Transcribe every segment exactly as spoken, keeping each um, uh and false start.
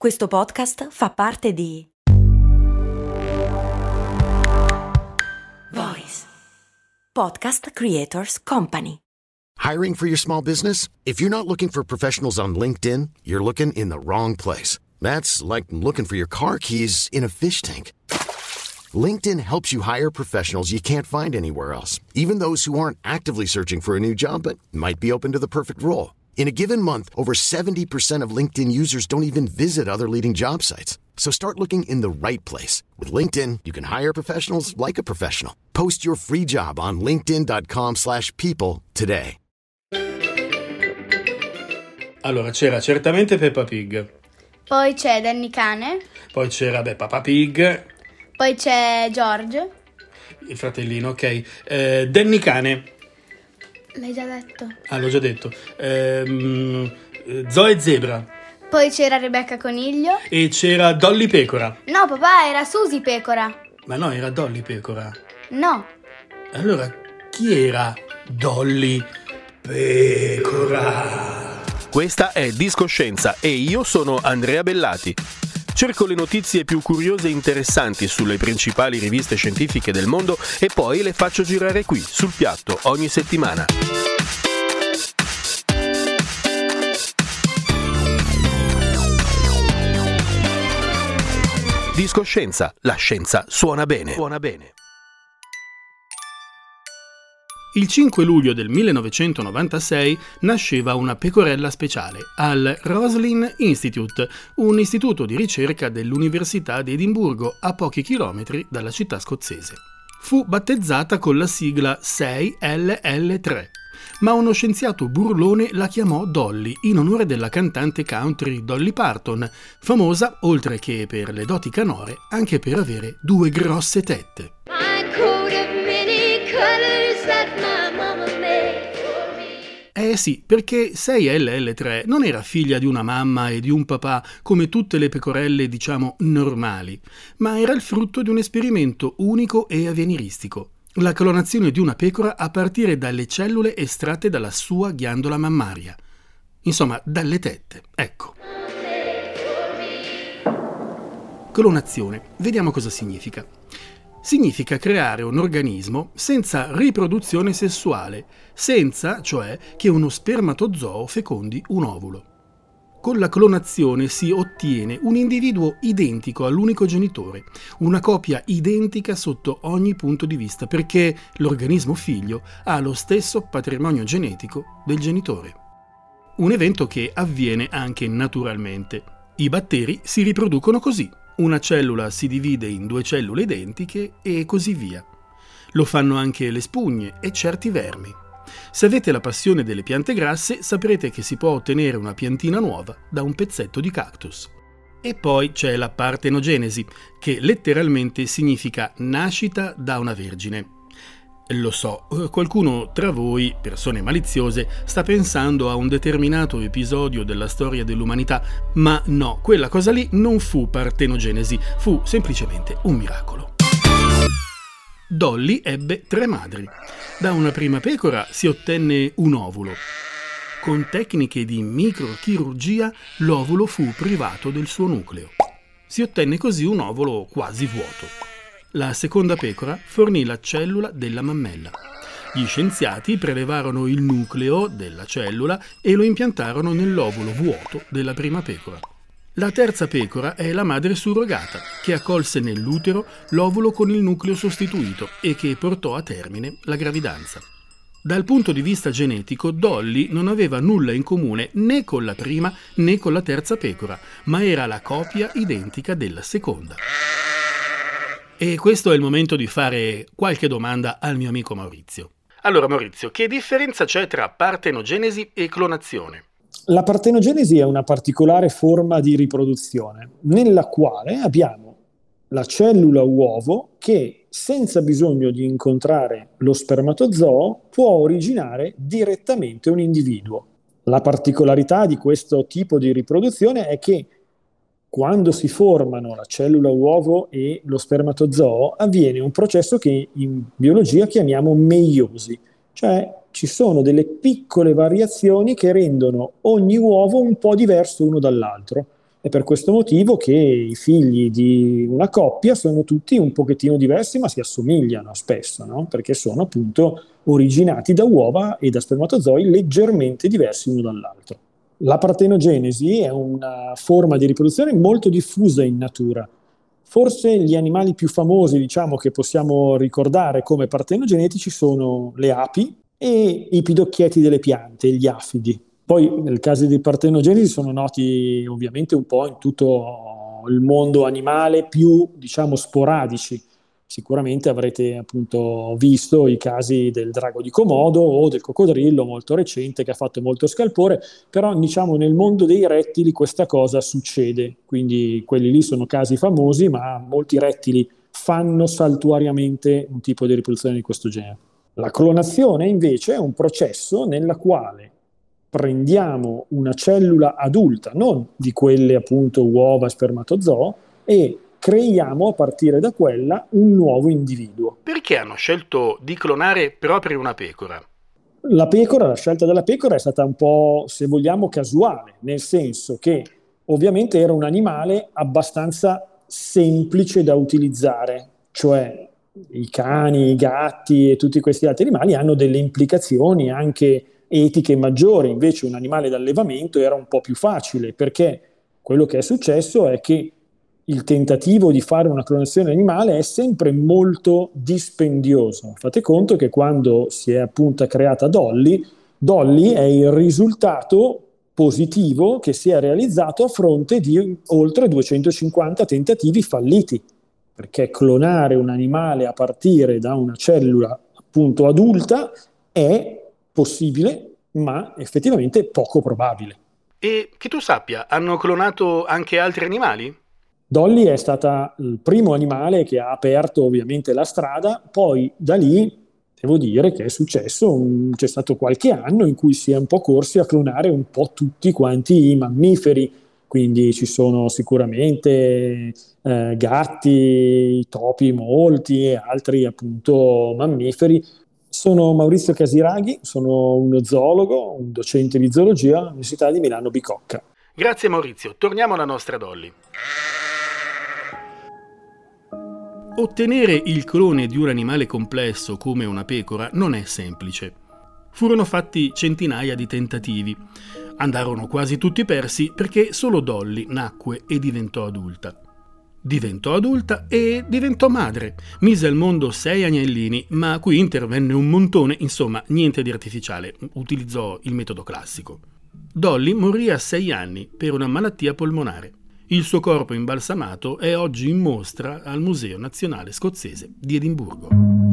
Questo podcast fa parte di Voice Podcast Creators Company. Hiring for your small business? If you're not looking for professionals on LinkedIn, you're looking in the wrong place. That's like looking for your car keys in a fish tank. LinkedIn helps you hire professionals you can't find anywhere else, even those who aren't actively searching for a new job but might be open to the perfect role. In a given month, over seventy percent of LinkedIn users don't even visit other leading job sites. So start looking in the right place. With LinkedIn, you can hire professionals like a professional. Post your free job on linkedin.com slash people today. Allora, c'era certamente Peppa Pig. Poi c'è Danny Cane. Poi c'era, beh, Peppa Pig. Poi c'è George. Il fratellino, ok. Eh, Danny Cane. L'hai già detto. Ah, l'ho già detto. Ehm, Zoe Zebra. Poi c'era Rebecca Coniglio. E c'era Dolly Pecora. No, papà, era Susie Pecora. Ma no, era Dolly Pecora. No. Allora, chi era Dolly Pecora? Questa è Discoscienza e io sono Andrea Bellati. Cerco le notizie più curiose e interessanti sulle principali riviste scientifiche del mondo e poi le faccio girare qui, sul piatto, ogni settimana. Discoscienza, la scienza suona bene. Suona bene. Il cinque luglio del millenovecentonovantasei nasceva una pecorella speciale al Roslin Institute, un istituto di ricerca dell'Università di Edimburgo a pochi chilometri dalla città scozzese. Fu battezzata con la sigla sei L L tre, ma uno scienziato burlone la chiamò Dolly in onore della cantante country Dolly Parton, famosa, oltre che per le doti canore, anche per avere due grosse tette. Eh sì, perché sei L L tre non era figlia di una mamma e di un papà come tutte le pecorelle, diciamo, normali, ma era il frutto di un esperimento unico e avveniristico. La clonazione di una pecora a partire dalle cellule estratte dalla sua ghiandola mammaria. Insomma, dalle tette, ecco. Clonazione, vediamo cosa significa. Significa creare un organismo senza riproduzione sessuale, senza, cioè, che uno spermatozoo fecondi un ovulo. Con la clonazione si ottiene un individuo identico all'unico genitore, una copia identica sotto ogni punto di vista, perché l'organismo figlio ha lo stesso patrimonio genetico del genitore. Un evento che avviene anche naturalmente. I batteri si riproducono così. Una cellula si divide in due cellule identiche e così via. Lo fanno anche le spugne e certi vermi. Se avete la passione delle piante grasse, saprete che si può ottenere una piantina nuova da un pezzetto di cactus. E poi c'è la partenogenesi, che letteralmente significa nascita da una vergine. Lo so, qualcuno tra voi, persone maliziose, sta pensando a un determinato episodio della storia dell'umanità, ma no, quella cosa lì non fu partenogenesi, fu semplicemente un miracolo. Dolly ebbe tre madri. Da una prima pecora si ottenne un ovulo. Con tecniche di microchirurgia l'ovulo fu privato del suo nucleo. Si ottenne così un ovulo quasi vuoto. La seconda pecora fornì la cellula della mammella. Gli scienziati prelevarono il nucleo della cellula e lo impiantarono nell'ovulo vuoto della prima pecora. La terza pecora è la madre surrogata, che accolse nell'utero l'ovulo con il nucleo sostituito e che portò a termine la gravidanza. Dal punto di vista genetico, Dolly non aveva nulla in comune né con la prima né con la terza pecora, ma era la copia identica della seconda. E questo è il momento di fare qualche domanda al mio amico Maurizio. Allora Maurizio, che differenza c'è tra partenogenesi e clonazione? La partenogenesi è una particolare forma di riproduzione, nella quale abbiamo la cellula uovo che, senza bisogno di incontrare lo spermatozoo, può originare direttamente un individuo. La particolarità di questo tipo di riproduzione è che quando si formano la cellula uovo e lo spermatozoo avviene un processo che in biologia chiamiamo meiosi, cioè ci sono delle piccole variazioni che rendono ogni uovo un po' diverso uno dall'altro. È per questo motivo che i figli di una coppia sono tutti un pochettino diversi, ma si assomigliano spesso, no? Perché sono appunto originati da uova e da spermatozoi leggermente diversi uno dall'altro. La partenogenesi è una forma di riproduzione molto diffusa in natura. Forse gli animali più famosi, diciamo, che possiamo ricordare come partenogenetici sono le api e i pidocchietti delle piante, gli afidi. Poi nel caso di partenogenesi sono noti ovviamente un po' in tutto il mondo animale, più diciamo sporadici. Sicuramente avrete appunto visto i casi del drago di Komodo o del coccodrillo molto recente che ha fatto molto scalpore, però diciamo nel mondo dei rettili questa cosa succede, quindi quelli lì sono casi famosi, ma molti rettili fanno saltuariamente un tipo di riproduzione di questo genere. La clonazione invece è un processo nella quale prendiamo una cellula adulta, non di quelle appunto uova, spermatozoo, e creiamo a partire da quella un nuovo individuo. Perché hanno scelto di clonare proprio una pecora? La pecora, la scelta della pecora è stata un po', se vogliamo, casuale, nel senso che ovviamente era un animale abbastanza semplice da utilizzare, cioè i cani, i gatti e tutti questi altri animali hanno delle implicazioni anche etiche maggiori, invece un animale d'allevamento era un po' più facile, perché quello che è successo è che il tentativo di fare una clonazione animale è sempre molto dispendioso. Fate conto che quando si è appunto creata Dolly, Dolly è il risultato positivo che si è realizzato a fronte di oltre duecentocinquanta tentativi falliti, perché clonare un animale a partire da una cellula appunto adulta è possibile, ma effettivamente poco probabile. E che tu sappia, hanno clonato anche altri animali? Dolly è stata il primo animale che ha aperto ovviamente la strada, poi da lì devo dire che è successo, un, c'è stato qualche anno in cui si è un po' corsi a clonare un po' tutti quanti i mammiferi, quindi ci sono sicuramente eh, gatti, topi molti e altri appunto mammiferi. Sono Maurizio Casiraghi, sono uno zoologo, un docente di zoologia all'Università di Milano Bicocca. Grazie Maurizio, torniamo alla nostra Dolly. Ottenere il clone di un animale complesso come una pecora non è semplice. Furono fatti centinaia di tentativi. Andarono quasi tutti persi perché solo Dolly nacque e diventò adulta. Diventò adulta e diventò madre. Mise al mondo sei agnellini, ma qui intervenne un montone, insomma, niente di artificiale. Utilizzò il metodo classico. Dolly morì a sei anni per una malattia polmonare. Il suo corpo imbalsamato è oggi in mostra al Museo Nazionale Scozzese di Edimburgo.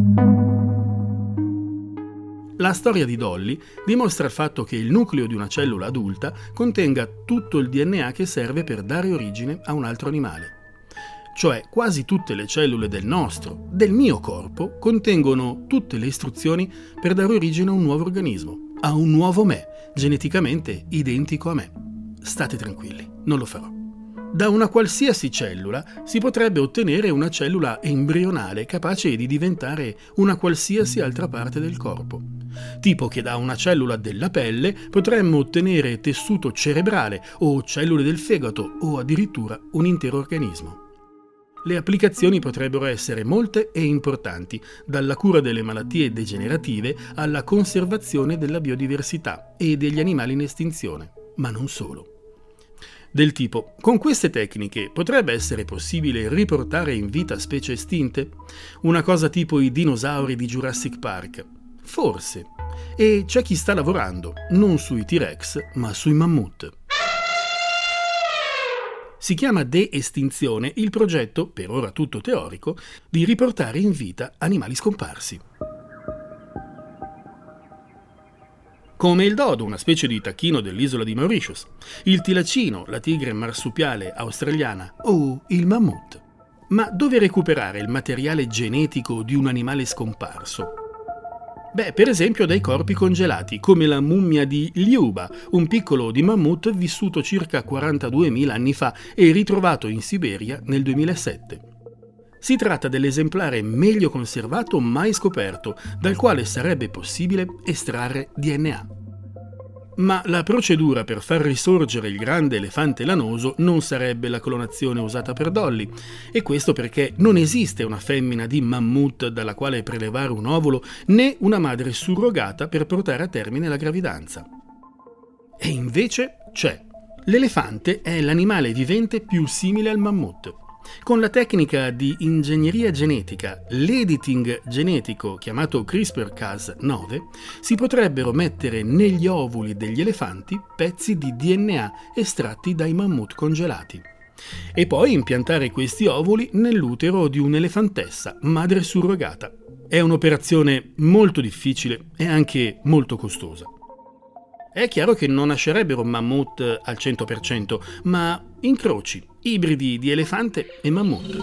La storia di Dolly dimostra il fatto che il nucleo di una cellula adulta contenga tutto il D N A che serve per dare origine a un altro animale. Cioè quasi tutte le cellule del nostro, del mio corpo, contengono tutte le istruzioni per dare origine a un nuovo organismo, a un nuovo me, geneticamente identico a me. State tranquilli, non lo farò. Da una qualsiasi cellula si potrebbe ottenere una cellula embrionale capace di diventare una qualsiasi altra parte del corpo. Tipo che da una cellula della pelle potremmo ottenere tessuto cerebrale o cellule del fegato o addirittura un intero organismo. Le applicazioni potrebbero essere molte e importanti, dalla cura delle malattie degenerative alla conservazione della biodiversità e degli animali in estinzione, ma non solo. Del tipo, con queste tecniche potrebbe essere possibile riportare in vita specie estinte? Una cosa tipo i dinosauri di Jurassic Park? Forse. E c'è chi sta lavorando, non sui T-Rex, ma sui mammut. Si chiama de-estinzione il progetto, per ora tutto teorico, di riportare in vita animali scomparsi. Come il dodo, una specie di tacchino dell'isola di Mauritius, il tilacino, la tigre marsupiale australiana o il mammut. Ma dove recuperare il materiale genetico di un animale scomparso? Beh, per esempio dai corpi congelati, come la mummia di Liuba, un piccolo di mammut vissuto circa quarantaduemila anni fa e ritrovato in Siberia nel duemilasette. Si tratta dell'esemplare meglio conservato mai scoperto, dal quale sarebbe possibile estrarre D N A. Ma la procedura per far risorgere il grande elefante lanoso non sarebbe la clonazione usata per Dolly, e questo perché non esiste una femmina di mammut dalla quale prelevare un ovulo, né una madre surrogata per portare a termine la gravidanza. E invece c'è. L'elefante è l'animale vivente più simile al mammut. Con la tecnica di ingegneria genetica, l'editing genetico chiamato CRISPR Cas nove, si potrebbero mettere negli ovuli degli elefanti pezzi di D N A estratti dai mammut congelati e poi impiantare questi ovuli nell'utero di un'elefantessa, madre surrogata. È un'operazione molto difficile e anche molto costosa. È chiaro che non nascerebbero mammut al cento per cento, ma incroci, ibridi di elefante e mammut.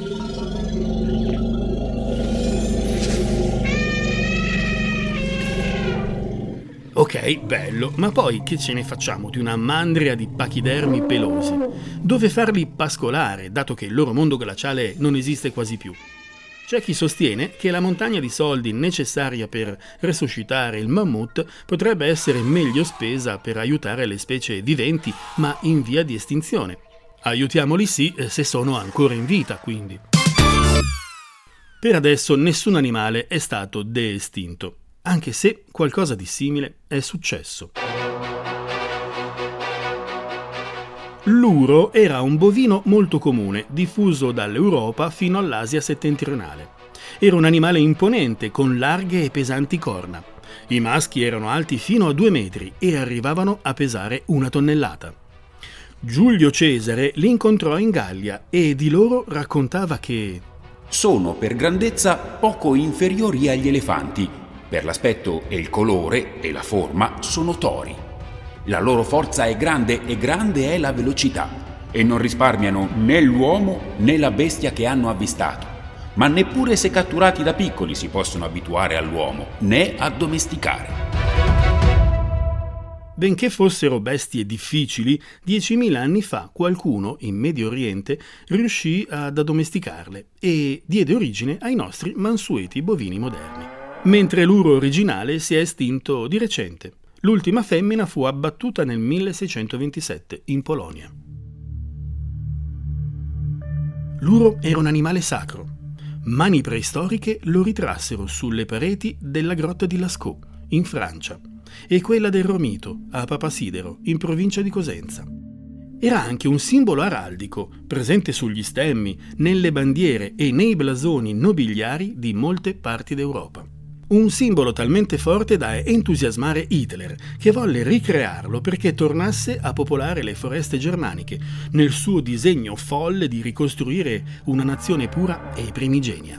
Ok, bello, ma poi che ce ne facciamo di una mandria di pachidermi pelosi? Dove farli pascolare, dato che il loro mondo glaciale non esiste quasi più? C'è chi sostiene che la montagna di soldi necessaria per resuscitare il mammut potrebbe essere meglio spesa per aiutare le specie viventi ma in via di estinzione. Aiutiamoli sì, se sono ancora in vita, quindi. Per adesso nessun animale è stato de-estinto, anche se qualcosa di simile è successo. L'uro era un bovino molto comune, diffuso dall'Europa fino all'Asia settentrionale. Era un animale imponente, con larghe e pesanti corna. I maschi erano alti fino a due metri e arrivavano a pesare una tonnellata. Giulio Cesare li incontrò in Gallia e di loro raccontava che sono per grandezza poco inferiori agli elefanti. Per l'aspetto e il colore e la forma sono tori. La loro forza è grande e grande è la velocità e non risparmiano né l'uomo né la bestia che hanno avvistato. Ma neppure se catturati da piccoli si possono abituare all'uomo né addomesticare. Benché fossero bestie difficili, diecimila anni fa qualcuno in Medio Oriente riuscì ad addomesticarle e diede origine ai nostri mansueti bovini moderni. Mentre l'uro originale si è estinto di recente. L'ultima femmina fu abbattuta nel milleseicentoventisette in Polonia. L'uro era un animale sacro. Mani preistoriche lo ritrassero sulle pareti della grotta di Lascaux, in Francia, e quella del Romito, a Papasidero, in provincia di Cosenza. Era anche un simbolo araldico, presente sugli stemmi, nelle bandiere e nei blasoni nobiliari di molte parti d'Europa. Un simbolo talmente forte da entusiasmare Hitler, che volle ricrearlo perché tornasse a popolare le foreste germaniche, nel suo disegno folle di ricostruire una nazione pura e primigenia.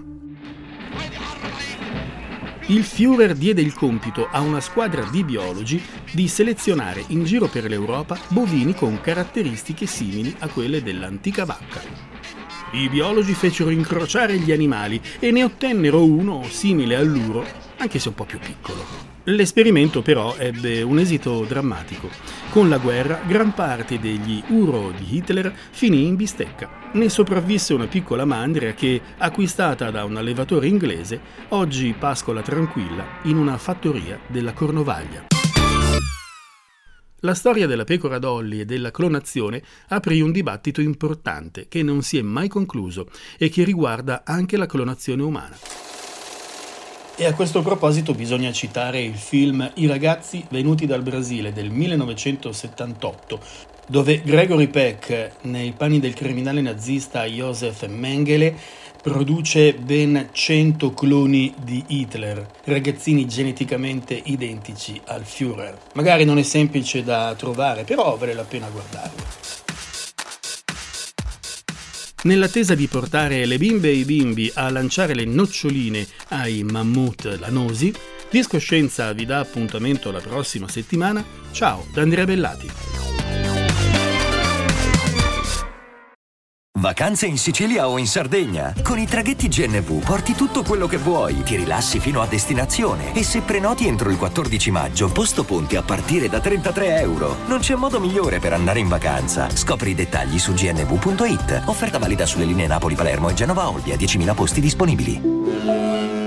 Il Führer diede il compito a una squadra di biologi di selezionare in giro per l'Europa bovini con caratteristiche simili a quelle dell'antica vacca. I biologi fecero incrociare gli animali e ne ottennero uno simile all'uro, anche se un po' più piccolo. L'esperimento però ebbe un esito drammatico. Con la guerra, gran parte degli uro di Hitler finì in bistecca. Ne sopravvisse una piccola mandria che, acquistata da un allevatore inglese, oggi pascola tranquilla in una fattoria della Cornovaglia. La storia della pecora Dolly e della clonazione aprì un dibattito importante che non si è mai concluso e che riguarda anche la clonazione umana. E a questo proposito bisogna citare il film I ragazzi venuti dal Brasile del millenovecentosettantotto, dove Gregory Peck, nei panni del criminale nazista Josef Mengele, produce ben cento cloni di Hitler, ragazzini geneticamente identici al Führer. Magari non è semplice da trovare, però vale la pena guardarlo. Nell'attesa di portare le bimbe e i bimbi a lanciare le noccioline ai mammut lanosi, Discoscienza vi dà appuntamento la prossima settimana. Ciao da Andrea Bellati. Vacanze in Sicilia o in Sardegna? Con i traghetti G N V porti tutto quello che vuoi, ti rilassi fino a destinazione e se prenoti entro il quattordici maggio, posto ponti a partire da trentatré euro. Non c'è modo migliore per andare in vacanza. Scopri i dettagli su g n v punto i t. Offerta valida sulle linee Napoli-Palermo e Genova-Olbia, diecimila posti disponibili.